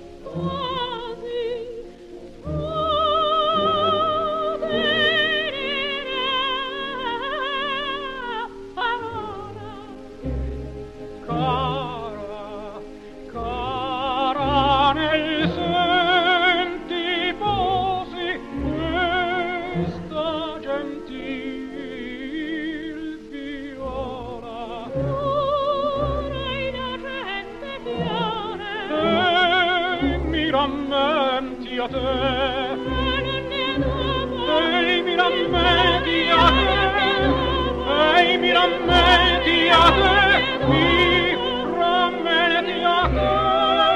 rammenti a te, ehi mi rammenti a te, ehi mi rammenti a te, mi rammenti a te.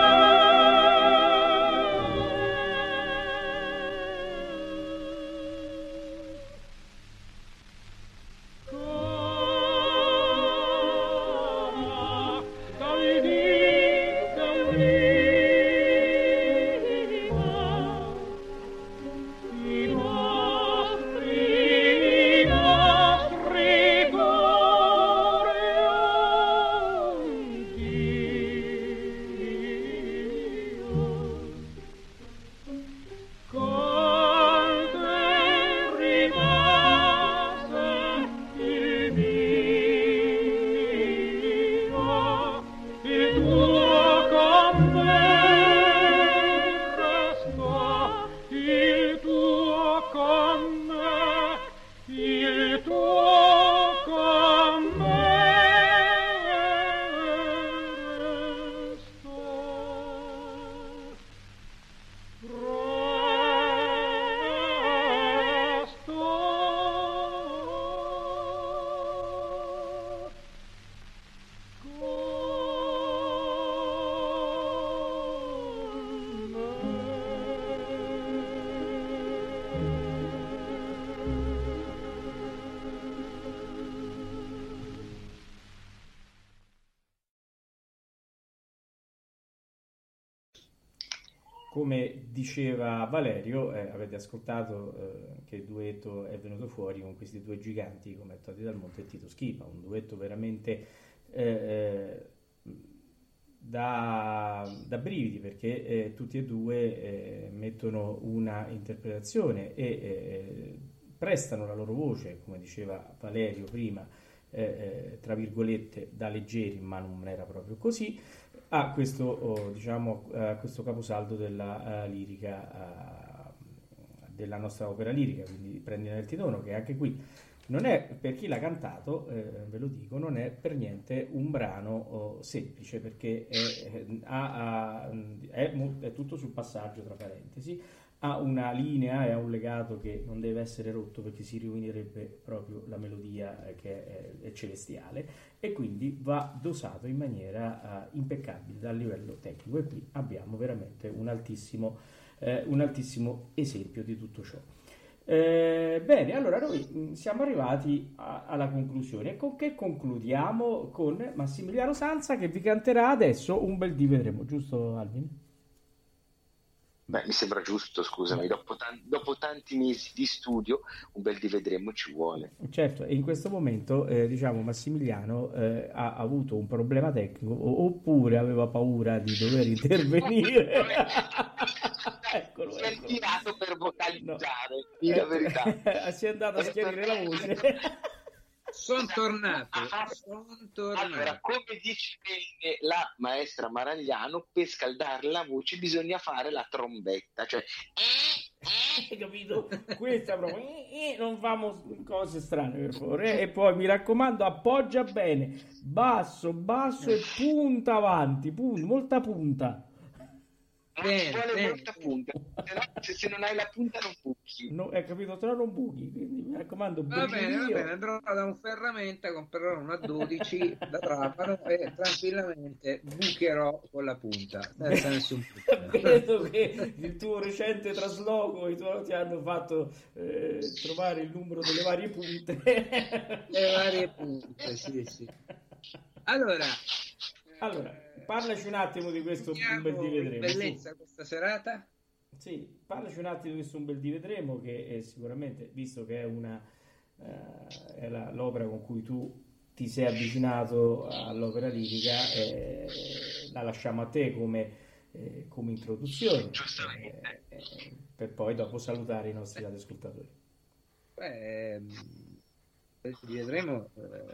Come diceva Valerio, avete ascoltato che il duetto è venuto fuori con questi due giganti come Toti Dal Monte e Tito Schipa, un duetto veramente da brividi, perché tutti e due mettono una interpretazione e prestano la loro voce, come diceva Valerio prima, tra virgolette da leggeri, ma non era proprio così, a questo, questo caposaldo della lirica, della nostra opera lirica, quindi Prendila nel Titono, che anche qui non è, per chi l'ha cantato, ve lo dico, non è per niente un brano semplice, perché è tutto sul passaggio tra parentesi, ha una linea e ha un legato che non deve essere rotto, perché si rovinerebbe proprio la melodia che è celestiale, e quindi va dosato in maniera impeccabile dal livello tecnico, e qui abbiamo veramente un altissimo esempio di tutto ciò. Bene, allora noi siamo arrivati alla conclusione, e con che concludiamo? Con Massimiliano Sanza, che vi canterà adesso Un bel dì vedremo, giusto Alvin? Beh, mi sembra giusto, scusami, dopo tanti mesi di studio un bel di vedremo ci vuole. Certo, e in questo momento Massimiliano ha avuto un problema tecnico, oppure aveva paura di dover intervenire. Eccolo. Si è tirato per vocalizzare, la verità. Si è andato a schiarire la voce. Sono tornato. Allora, come dice bene la maestra Maragliano, per scaldare la voce bisogna fare la trombetta, cioè hai capito? Questa proprio non famo cose strane, per favore. E poi mi raccomando, appoggia bene, basso e punta avanti, molta punta. Non ci vuole molta punta, se non hai la punta non buchi. No, hai capito? Se no non buchi, quindi mi raccomando, Va bene, brillio. andrò da un ferramenta, comprerò una 12 da trapano e tranquillamente bucherò con la punta senza nessun problema. Vedo che il tuo recente trasloco ti hanno fatto trovare il numero delle varie punte. Le varie punte, sì. Allora, parlaci un attimo di questo Un bel di vedremo. Bellezza questa serata? Sì, parlaci un attimo di questo Un bel di vedremo, che è sicuramente, visto che è l'opera con cui tu ti sei avvicinato all'opera lirica, la lasciamo a te come introduzione, per poi dopo salutare i nostri radioascoltatori. Vedremo,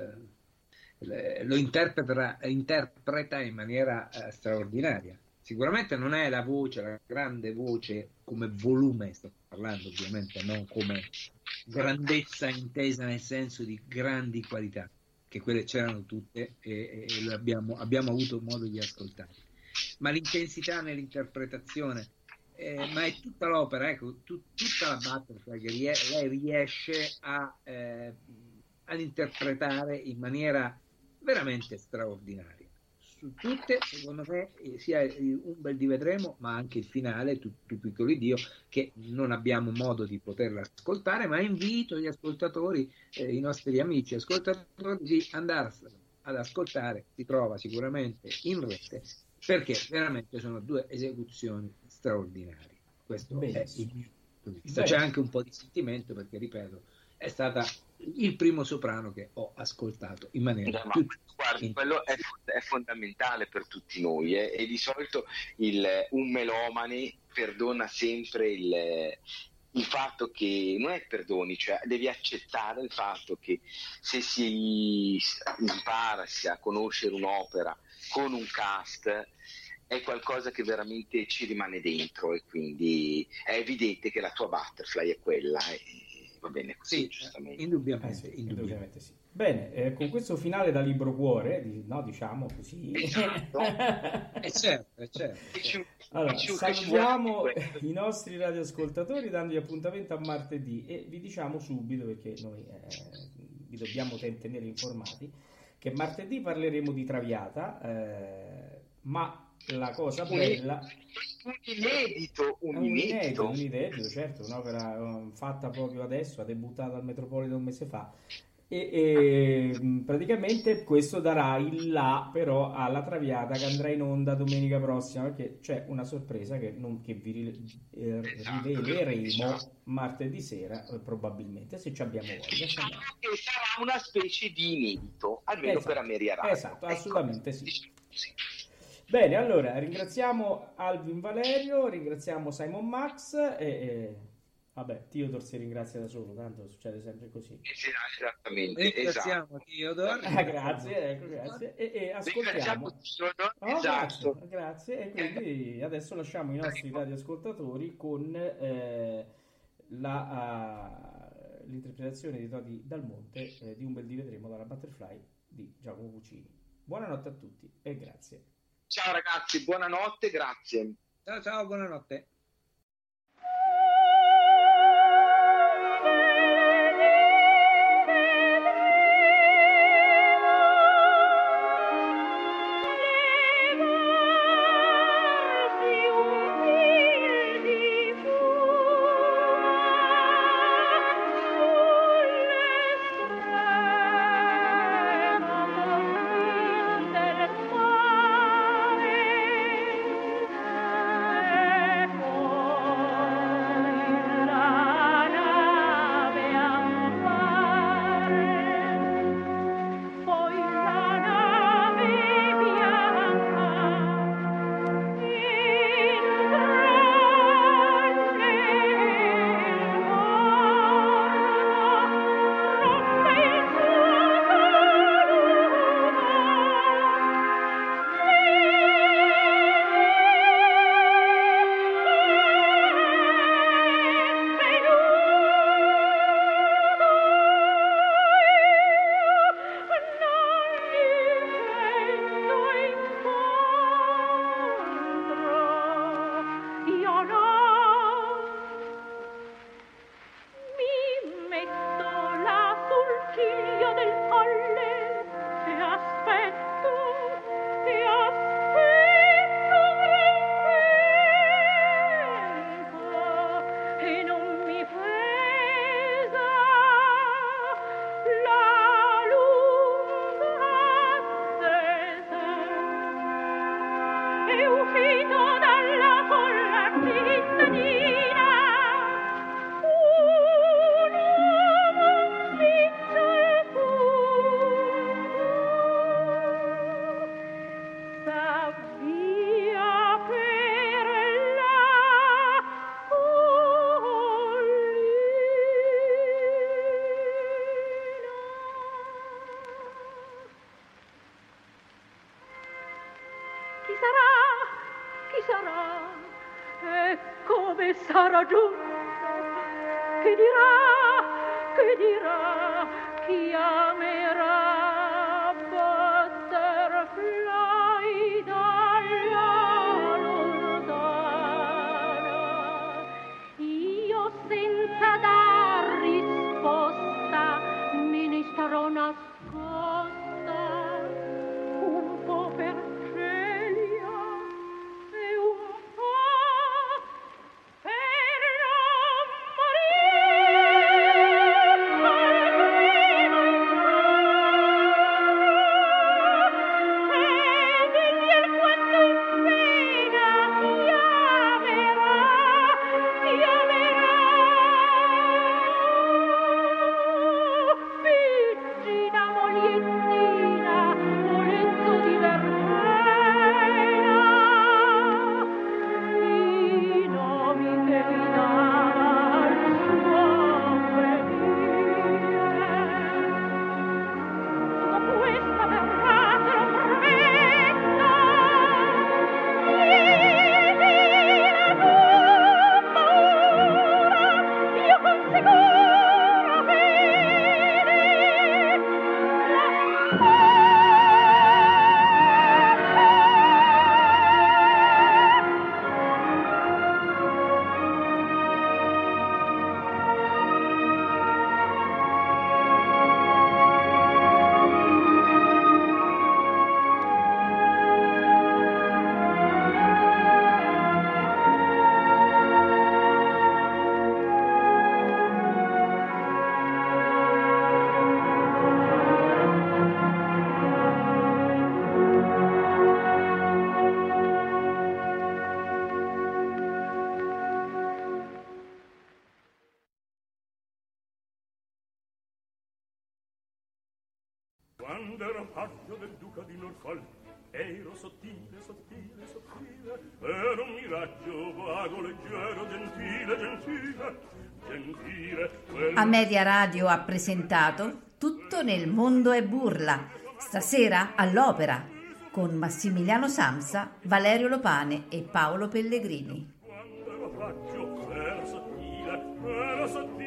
lo interpreta in maniera straordinaria. Sicuramente non è la grande voce come volume, sto parlando ovviamente, non come grandezza intesa nel senso di grandi qualità, che quelle c'erano tutte e abbiamo avuto modo di ascoltare, ma l'intensità nell'interpretazione, ma è tutta l'opera, ecco, tutta la Butterfly che lei riesce ad interpretare in maniera veramente straordinaria. Su tutte, secondo me, sia Un bel di vedremo, ma anche il finale, Tu piccoli Dio, che non abbiamo modo di poterla ascoltare, ma invito gli ascoltatori, i nostri amici ascoltatori, di andarsela ad ascoltare. Si trova sicuramente in rete, perché veramente sono due esecuzioni straordinarie. Questo è il mio punto di vista. C'è anche un po' di sentimento, perché, ripeto, è stata il primo soprano che ho ascoltato in maniera più... Guarda, quello è fondamentale per tutti noi, e di solito un melomane perdona sempre il fatto che non è perdoni, cioè devi accettare il fatto che se si impara a conoscere un'opera con un cast è qualcosa che veramente ci rimane dentro, e quindi è evidente che la tua Butterfly è quella, e va bene così, sì, giustamente. Indubbiamente sì. Bene, con questo finale da libro cuore, diciamo così. Esatto. certo. Allora, salutiamo i nostri radioascoltatori dandogli appuntamento a martedì, e vi diciamo subito, perché noi vi dobbiamo tenere informati, che martedì parleremo di Traviata, ma la cosa bella... Un inedito, certo, un'opera fatta proprio adesso, ha debuttato al Metropolitan un mese fa, e praticamente questo darà il là però alla Traviata, che andrà in onda domenica prossima, perché c'è una sorpresa che vi riveleremo martedì sera, probabilmente, se ci abbiamo voglia. Diciamo che sarà una specie di inedito, almeno per Ameria Radio. Esatto, assolutamente sì. Bene, allora ringraziamo Alvin Valerio, ringraziamo Simon Max e vabbè, Theodore si ringrazia da solo, tanto succede sempre così. Esattamente, ringraziamo Theodore. Grazie. E ascoltiamo. Esatto. Grazie. E quindi adesso lasciamo i nostri radioascoltatori con l'interpretazione di Toti Dal Monte di Un bel di vedremo dalla Butterfly di Giacomo Puccini. Buonanotte a tutti e grazie. Ciao ragazzi, buonanotte, grazie. Ciao, buonanotte. Ecco dove sarà giunto? Che dirà, chiamerà Butterfly dalla lontana. Io senza dar risposta me ne starò nascosta, un po' per Celia e un po' per non Quando ero paggio del duca di Norfolk, ero sottile, sottile, sottile, ero un miraggio vago, leggero, gentile, gentile, gentile. A Media Radio ha presentato Tutto nel mondo è burla, stasera all'Opera, con Massimiliano Samsa, Valerio Lopane e Paolo Pellegrini. Quando ero paggio, ero sottile,